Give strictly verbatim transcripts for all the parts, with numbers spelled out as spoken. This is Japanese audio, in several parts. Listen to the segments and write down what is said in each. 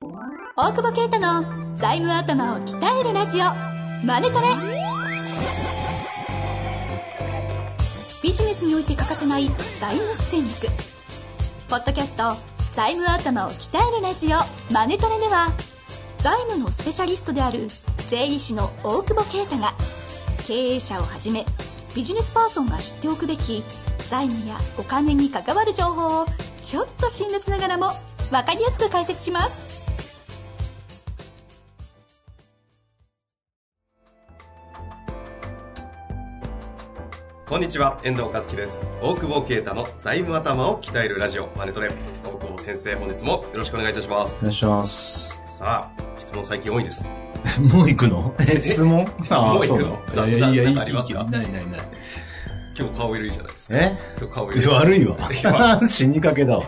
大久保啓太の財務頭を鍛えるラジオマネトレ。ビジネスにおいて欠かせない財務戦略。ポッドキャスト財務頭を鍛えるラジオマネトレでは、財務のスペシャリストである税理士の大久保啓太が、経営者をはじめビジネスパーソンが知っておくべき財務やお金に関わる情報をちょっと辛辣ながらも分かりやすく解説します。 こんにちは、遠藤和樹です。大久保啓太の財務頭を鍛えるラジオマネトレ。大久保先生、本日もよろしくお願いいたします。 お願いします。 さあ、質問最近多いです。 もう行くの？え、質問？ 質問もう行くの？ いやいやいや、 ありますか？ ないないない。 今日顔色いいじゃないですか。 え？ 今日顔色いい。 悪いわ。死にかけだわ。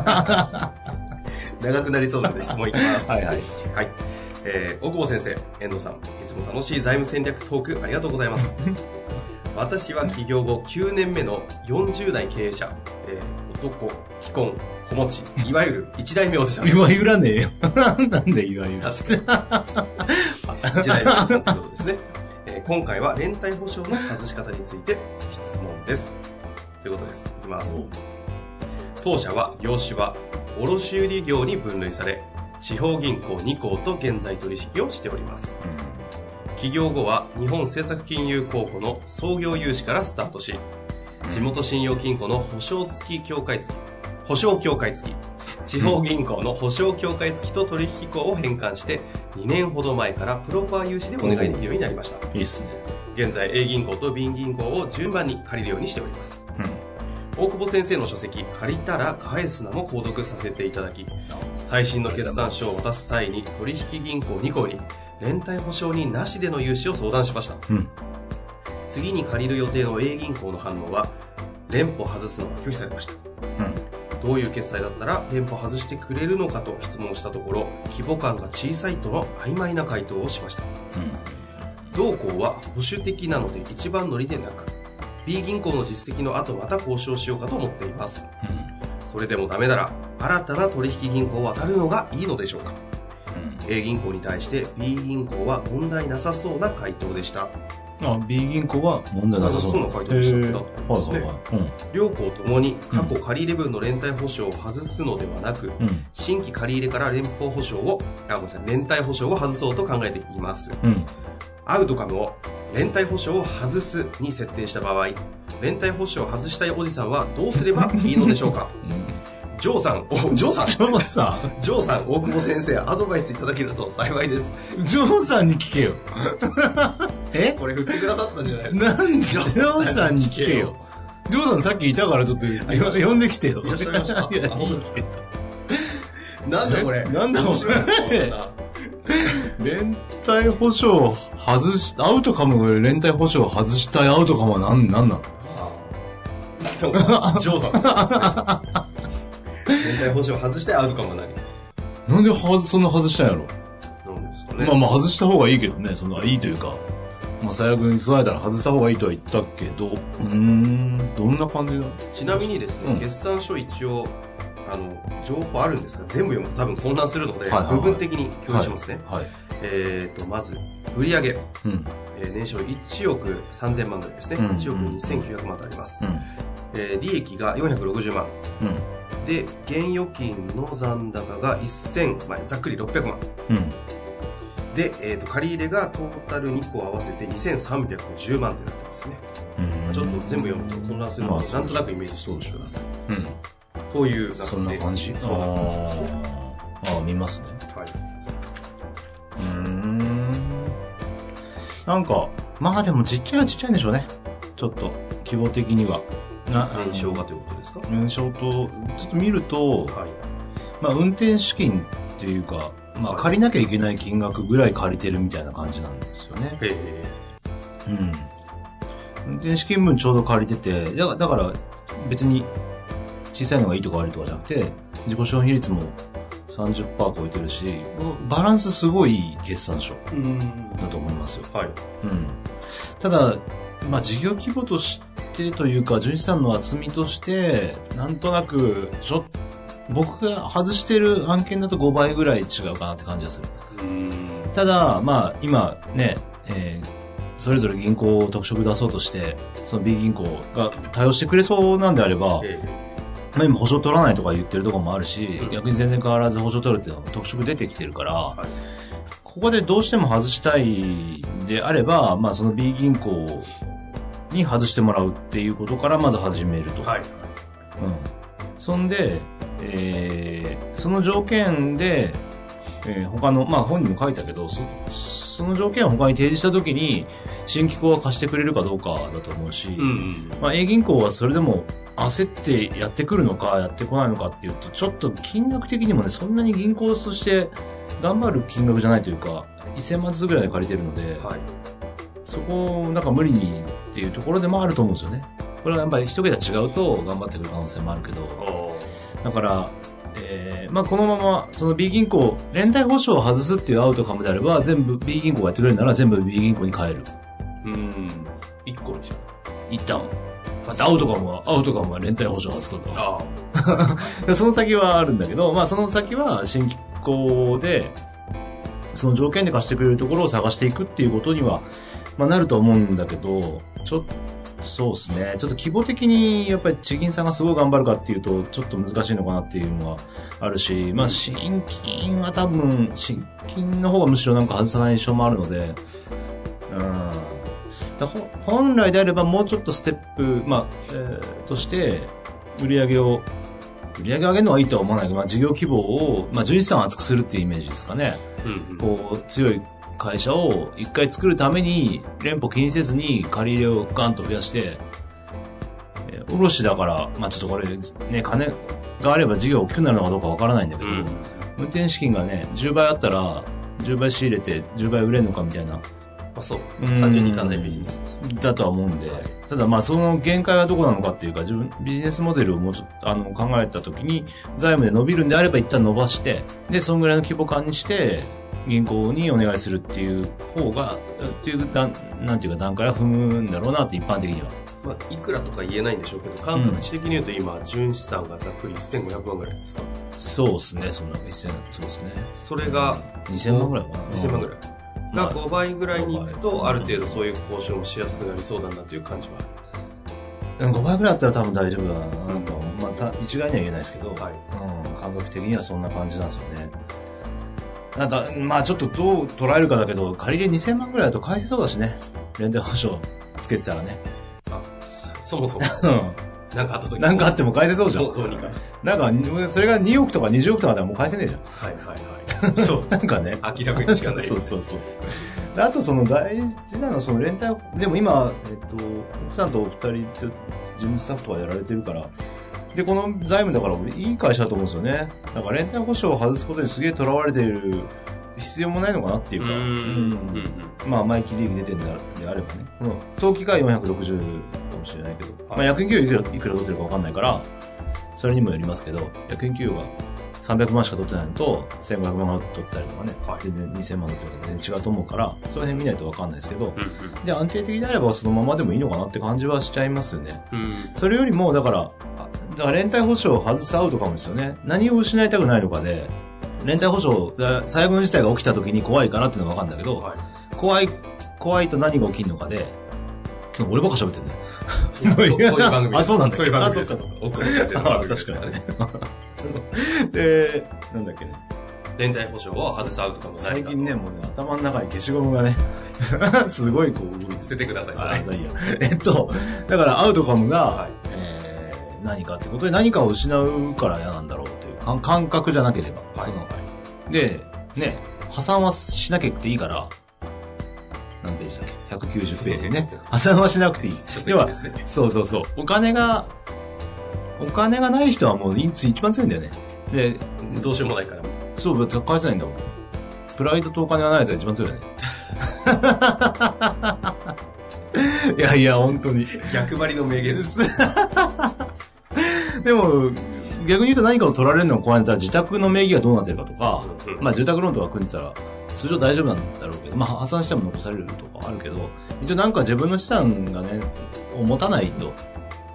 長くなりそうなので質問いきます。 はいはい。 はい。えー、大久保先生、遠藤さん、いつも楽しい財務戦略トークありがとうございます。私は起業後きゅうねんめのよんじゅう代経営者、えー、男、既婚、子持ち、いわゆる一代目おじさん。 いわゆらねえよ。なんでいわゆる。 確かに。一代目おじさんということですね。えー、今回は連帯保証の外し方について質問です。ということです。いきます。当社は業種は卸売業に分類され、地方銀行に行と現在取引をしております。うん起業後は日本政策金融公庫の創業融資からスタートし、地元信用金庫の保証付き協会付き、保証協会付き、地方銀行の保証協会付きと取引項を変換してにねんほど前からプロパー融資でお願いできるようになりました。 いいっすね。 現在 A 銀行と B 銀行を順番に借りるようにしております。うん、大久保先生の書籍借りたら返すなも購読させていただき、最新の決算書を渡す際に取引銀行に行に連帯保証人なしでの融資を相談しました。うん、次に借りる予定の A 銀行の反応は、連保外すのが拒否されました。うん、どういう決済だったら連保外してくれるのかと質問したところ、規模感が小さいとの曖昧な回答をしました。うん、同行は保守的なので一番乗りでなく、B 銀行の実績の後また交渉しようかと思っています。うん、それでもダメなら新たな取引銀行を当たるのがいいのでしょうか。うん、A 銀行に対して B 銀行は問題なさそうな回答でした。 あ、B 銀行は問題なさそうな回答でした。はいはいはい。うん、両行ともに過去借り入れ分の連帯保証を外すのではなく、うん、新規借り入れから連邦保証を、あ、ごめんなさい、連帯保証を外そうと考えています。うん、アウトカムを連帯保証を外すに設定した場合、連帯保証を外したいおじさんはどうすればいいのでしょうか。うん、ジョーさん、お、ジョーさんジョーさんジョーさん、大久保先生、アドバイスいただけると幸いです。 ジョーさんに聞けよ。 えこれ振ってくださったんじゃないですか。 なんでジョーさんに聞けよ。ジョーさんさっきいたからちょっと呼んできてよ。 いらっしゃいました。いや、いいなんだこれ。 なんだこれ。連帯保証外し、アウトカムが連帯保証を外したいアウトカムは何、何なの？ ジョーさん連帯保証を外してアウトカムは何？なんではそんな外したんやろ？ なんですかね。 まあまあ外した方がいいけどね。そのいいというか、まあ最悪に備えたら外した方がいいとは言ったけど、うーん、どんな感じだ？ ちなみにですね、うん、決算書一応あの情報あるんですが、全部読むと多分混乱するので、はいはいはい、部分的に共有しますね。はいはい、えーとまず売上、うんえー、年商いちおくさんぜんまんぐらいですね。うん、いちおくにせんきゅうひゃくまんとあります。うんえー、利益がよんひゃくろくじゅうまん。うんで、現預金の残高がせん、まあ、ざっくりろっぴゃくまん。うん、で、えーと、借り入れがトータルにこ合わせてにせんさんびゃくじゅうまんってなってますね。うん、ちょっと全部読むと混乱するので、なんとなくイメージしておいてください。うん、という、 そんな感じ。ああ、見ますね。はい。うーん。なんか、まあでもちっちゃいはちっちゃいんでしょうね。ちょっと、規模的には。 な年商がということですか？ 年商と、ちょっと見ると、はい、まあ運転資金っていうか、まあ借りなきゃいけない金額ぐらい借りてるみたいな感じなんですよね。へえ。うん。運転資金分ちょうど借りてて、だから、だから別に小さいのがいいとか悪いとかじゃなくて、自己資本比率も さんじゅっパーセント 超えてるし、バランスすごいいい決算書だと思いますよ。はい。うん。ただ、まあ事業規模としてというか、純資産の厚みとして、なんとなく、ちょっ僕が外してる案件だとごばいぐらい違うかなって感じがする。うんただ、まあ、今ね、えー、それぞれ銀行を特色出そうとして、その B 銀行が対応してくれそうなんであれば、えー、まあ今保証取らないとか言ってるところもあるし、うん、逆に全然変わらず保証取るっていうのは特色出てきてるから、はい、ここでどうしても外したいであれば、まあその B 銀行に外してもらうっていうことからまず始めると。はい。うん。そんで、えー、その条件で、えー、他の、まあ本にも書いたけど、そ、その条件を他に提示したときに、新機構は貸してくれるかどうかだと思うし、うんうん、まあ A 銀行はそれでも焦ってやってくるのか、やってこないのかっていうと、ちょっと金額的にもね、そんなに銀行として頑張る金額じゃないというか、せんまんずつぐらいで借りてるので、はい、そこをなんか無理にっていうところでもあると思うんですよね。これはやっぱり一桁違うと頑張ってくる可能性もあるけど、だから、えー、まあこのままその B 銀行連帯保証を外すっていうアウトカムであれば全部 B 銀行がやってくれるなら全部 B 銀行に変える。 うーん。一個にしよう。一旦。またアウトカムはアウトカムは連帯保証を外すとか。ああ。その先はあるんだけど、まあその先は新機構でその条件で貸してくれるところを探していくっていうことにはまあなると思うんだけど、ちょっとそうですね。ちょっと規模的にやっぱり地銀さんがすごい頑張るかっていうとちょっと難しいのかなっていうのはあるし、まあ新金は多分新金の方がむしろなんか外さない印象もあるので、うん。だ本来であればもうちょっとステップ、まあ、えー、として売り上げを売り上げ上げるのはいいとは思わないけど、まあ事業規模をまあ純資産を厚くするっていうイメージですかね。うんうん、こう強い会社を一回作るために連邦気にせずに借り入れをガンと増やして、えー、卸だから、まあちょっとこれね、金があれば事業大きくなるのかどうかわからないんだけど、うん、運転資金がね、じゅうばいあったらじゅうばい仕入れてじゅうばい売れるのかみたいな。 まあそう。単純にいかないビジネスだとは思うんで、はい、ただまあその限界はどこなのかっていうか、自分、ビジネスモデルをもうちょっとあの考えたときに、財務で伸びるんであれば一旦伸ばして、で、そのぐらいの規模感にして、銀行にお願いするっていう方が、っていうだなんていうか段階は踏むんだろうなって一般的には。 まあ、いくらとか言えないんでしょうけど、感覚値的に言うと今、純資産がざっくりせんごひゃくまんぐらいですか？ そうですね、そんなせん、そうですね。 それが、 うん、にせんまんぐらいかな。 にせんまんぐらい。がごばいぐらいに行くと、ある程度そういう交渉もしやすくなりそうだなという感じは。 ごばいぐらいだったら多分大丈夫だなと、うん、まあ、た一概には言えないですけど、はい、うん、感覚的にはそんな感じなんですよね。なんか、まあちょっとどう捉えるかだけど、借り入れにせんまんぐらいだと返せそうだしね。連帯保証つけてたらね。 あ、そもそも。なんかあった時なんかあっても返せそうじゃん。 どうにか。 なんか、それがにおくとかにじゅうおくとかではもう返せねえじゃん。 はいはいはい。そう。 なんかね。 諦めるしかない。 そうそうそう。あとその大事なのはその連帯、でも今、えっと、奥さんとお二人と事務スタッフとかやられてるから、で、この財務だから俺いい会社だと思うんですよね。だから連帯保証を外すことにすげえ囚われている必要もないのかなっていうか、うんうんうん、まあ前期利益出てるんであればね。うん、当期がよんひゃくろくじゅうかもしれないけど、まあ役員給与いくら、いくら取ってるかわかんないから、それにもよりますけど、役員給与がさんびゃくまんしか取ってないのと、せんごひゃくまん取ってたりとかね、はい、全然にせんまんの取ってたら全然違うと思うから、その辺見ないとわかんないですけど、うんうん、で、安定的であればそのままでもいいのかなって感じはしちゃいますよね。うん、それよりも、だから、だから連帯保証を外すアウトかもですよね。何を失いたくないのかで、連帯保証が最後の事態が起きた時に怖いかなっていうのがわかるんだけど、はい、怖い、怖いと何が起きるのかで、今日俺ばっか喋ってんね。 こういう番組です。 あ、そうなんだ。 そういう番組です。奥野先生の番組ですからね。 で、なんだっけね。 連帯保証を外すアウトかもない。 最近ね、もうね、頭の中に消しゴムがね、すごいこう動いて。 捨ててください、 それ。いいや。えっと、だからアウトカムが、はい、えー、何かってことで何かを失うから嫌なんだろうっていう感覚じゃなければ。はい、そので、ね、破産はしなきゃっていいから、何ページだっけ ?ひゃくきゅうじゅう ページでね。破産はしなくていい。要は、そうそうそう。お金が、お金がない人はもう一番強いんだよね。で、 どうしようもないから。 そう、だって返せないんだもん。プライドとお金がないやつが一番強いよね。いやいや、本当に。 逆張りの名言です。 でも、逆に言うと何かを取られるのを怖いんだったら自宅の名義がどうなってるかとか、うん、まあ住宅ローンとか組んでたら、通常大丈夫なんだろうけど、まあ破産しても残されるとかあるけど、一応なんか自分の資産がね、を持たないと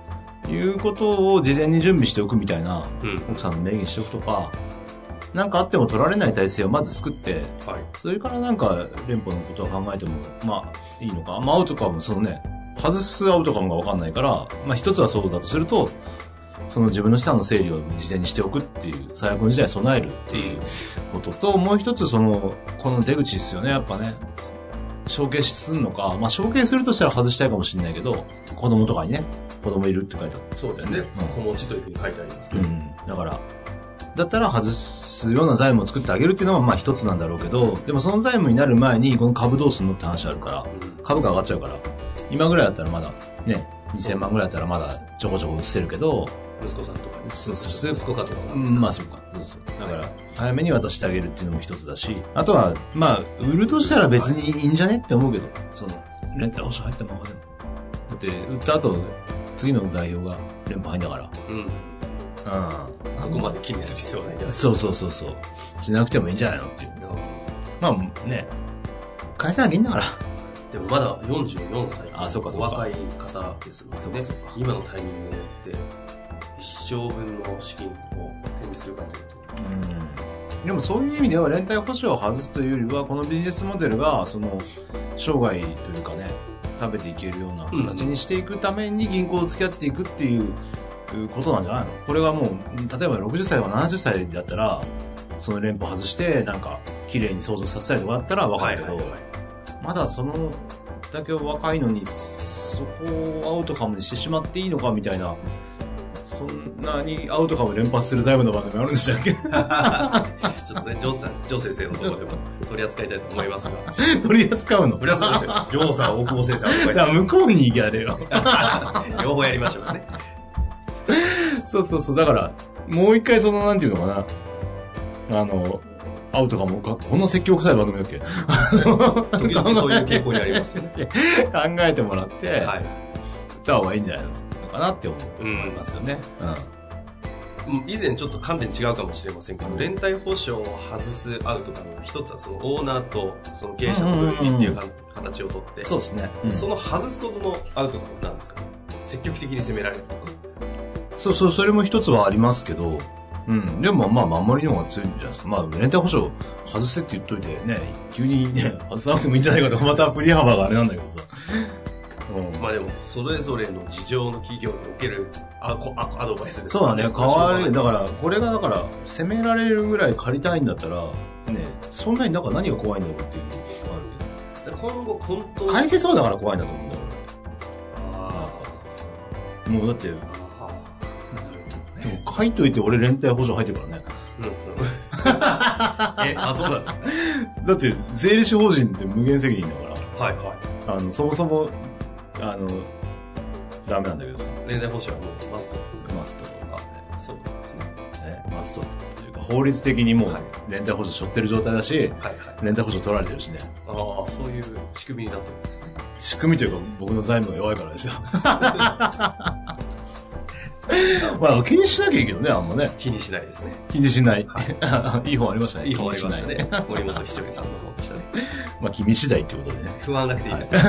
いうことを事前に準備しておくみたいな、 うん、 奥さんの名義にしておくとか、なんかあっても取られない体制をまず作って、はい、それからなんか連邦のことは考えても、まあいいのか。まあアウトカム、そのね、外すアウトカムがわかんないから、まあ一つはそうだとすると、その自分の資産の整理を事前にしておくっていう、最悪の事態に備えるっていうことと、もう一つその、この出口ですよね、やっぱね。承継するのか、まあ承継するとしたら外したいかもしれないけど、子供とかにね、子供いるって書いてある。 そうですね。うん、子持ちというふうに書いてありますね。 うん。だから、だったら外すような財務を作ってあげるっていうのはまあ一つなんだろうけど、でもその財務になる前にこの株どうするのって話あるから、うん、株価上がっちゃうから、今ぐらいだったらまだね、にせんまんぐらいだったらまだちょこちょこ移せるけど、 息子さんとかに。 そうそうそう。 息子かとか。 うん、まあそうか。そうそう。だから、早めに渡してあげるっていうのも一つだし、あとは、まあ、売るとしたら別にいいんじゃねって思うけど、その、レンタル保証入ったままでも。だって、売った後、次の代表が連邦入んだから。うん。うん。 そこまで気にする必要はないんじゃない？ そうそうそうそう。しなくてもいいんじゃないのっていう。まあね、返さなきゃいいんだから。 でもまだよんじゅうよんさい。 あ、そうかそうか。 お若い方ですので、そうかそうか。今のタイミングによって、一生分の資金を手にするかというと。 うん。でもそういう意味では連帯保証を外すというよりは、このビジネスモデルが、その、生涯というかね、食べていけるような形にしていくために銀行を付き合っていくっていうことなんじゃないの？これがもう、例えばろくじゅっさいとかななじゅっさいだったら、その連邦外して、なんか、綺麗に相続させたりとかだったらわかるけど、はいはいはい、まだその、だけ若いのに、そこをアウトカムにしてしまっていいのかみたいな、そんなにアウトカム連発する財務の番組あるんでしたっけ？ちょっとね、ジョーさん、ジョー先生のところでも取り扱いたいと思いますが。 取り扱うの？ 取り扱うの。ジョーさん、大久保先生、 だから向こうにやれよ。 両方やりましょうね。 そうそうそう。だから、もう一回その、なんていうのかな。あの、アウトカム、こんな説教臭い番組だっけ？ 時々そういう傾向にありますよね。 考えてもらって、はい。た方がいいんじゃないのかなって思いますよね。 うん。うん、以前ちょっと観点違うかもしれませんけど、連帯保証を外すアウトカムの一つはそのオーナーとその経営者の分離っていう形をとって、 そうですね。 その外すことのアウトカムなんですか？積極的に攻められるとか。 そうそう、それも一つはありますけど、うん。でもまあ、守りの方が強いんじゃないですか。まあ、連帯保証外せって言っといてね、急にね、外さなくてもいいんじゃないかとか、また振り幅があれなんだけどさ。 うん、まあでも、それぞれの事情の企業におけるアアドバイスです、ね。 そうだね、変わる。だから、これがだから、攻められるぐらい借りたいんだったら、ね、そんなになんか何が怖いんだろうっていうのがあるけど。 今後、本当に。 返せそうだから怖いんだと思うんだよ。ああ。もうだって、でも書いといて俺連帯保証入ってるからね。 うん、え、あ、そうなんですね。 だって税理士法人って無限責任だから。 はいはい。 あの、そもそも、あの、ダメなんだけどさ。 連帯保証はもうマストですか？ マスト。 あ、そうですね。 ね、マストというか法律的にもう連帯保証背負ってる状態だし、はいはい、連帯保証取られてるしね。 ああ、そういう仕組みになってるんですね。 仕組みというか僕の財務が弱いからですよ。まあ気にしなきゃいいけどね、あんまね。 気にしないですね。 気にしない。はい、いい本ありましたね。 いい本ありましたね。森本ひとみさんの本でしたね。 まあ君次第ってことでね。 不安なくていいですよ。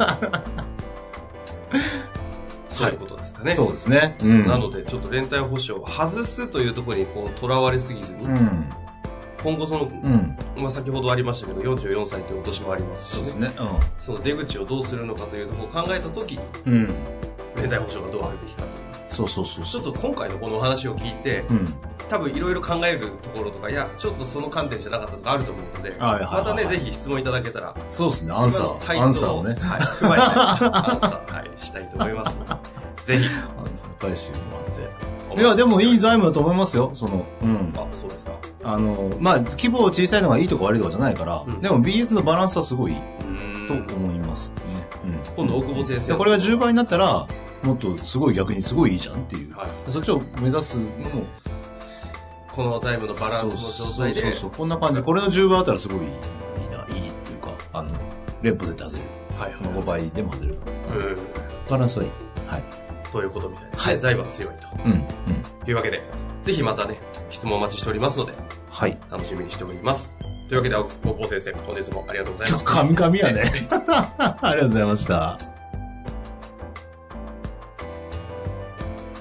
そういうことですかね。 そうですね。 うん、なので、ちょっと連帯保証を外すというところにこう、とらわれすぎずに、うん、今後その、うん、まあ先ほどありましたけど、よんじゅうよんさいというお年もありますし、ね、 そうですね。うん、 その出口をどうするのかというところを考えたときに、うん、連帯保証がどうあるべきかという。 そうそうそうちょっと今回のこのお話を聞いて、うん、多分いろいろ考えるところとか、いや、ちょっとその観点じゃなかったとかあると思うので、はいはいはいはい、またね、ぜひ質問いただけたら、 そうですね、アンサー、アンサーをね、 はい、踏まえて、アンサー、はい、したいと思いますので、ぜひ、 アンサー返してもらって。いや、でもいい財務だと思いますよ、その、うん。 あ、そうですか。 あの、まあ、規模小さいのがいいとか悪いとかじゃないから、うん、でも ビーエス のバランスはすごい、と思いますね。 うん、今度大久保先生。 これがじゅうばいになったら、もっとすごい逆にすごいいいじゃんっていう。はい、そっちを目指すのも、 この財務のバランスの状態で。 そうそうそう、こんな感じ。これのじゅうばいあったらすごいいいな、いいっていうか、あの、連邦絶対外れる。はいはい。ごばいでも外れる。うん。バランスはいい。はい。 ということみたいです。はい。財務は強いと。うん。うん。というわけで、ぜひまたね、質問お待ちしておりますので、はい。楽しみにしております。というわけで、大久保先生、本日もありがとうございました。 神々やね。ありがとうございました。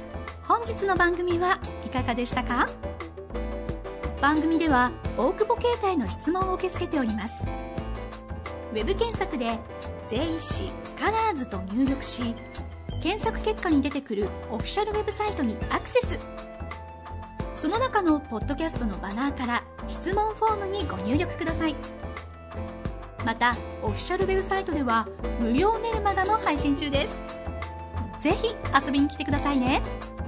日の番組はいかがでしたか？番組では大久保携帯の質問を受け付けております。ウェブ検索で税理士カラーズと入力し、検索結果に出てくるオフィシャルウェブサイトにアクセス。その中のポッドキャストのバナーから質問フォームにご入力ください。またオフィシャルウェブサイトでは無料メルマガも配信中です。ぜひ遊びに来てくださいね。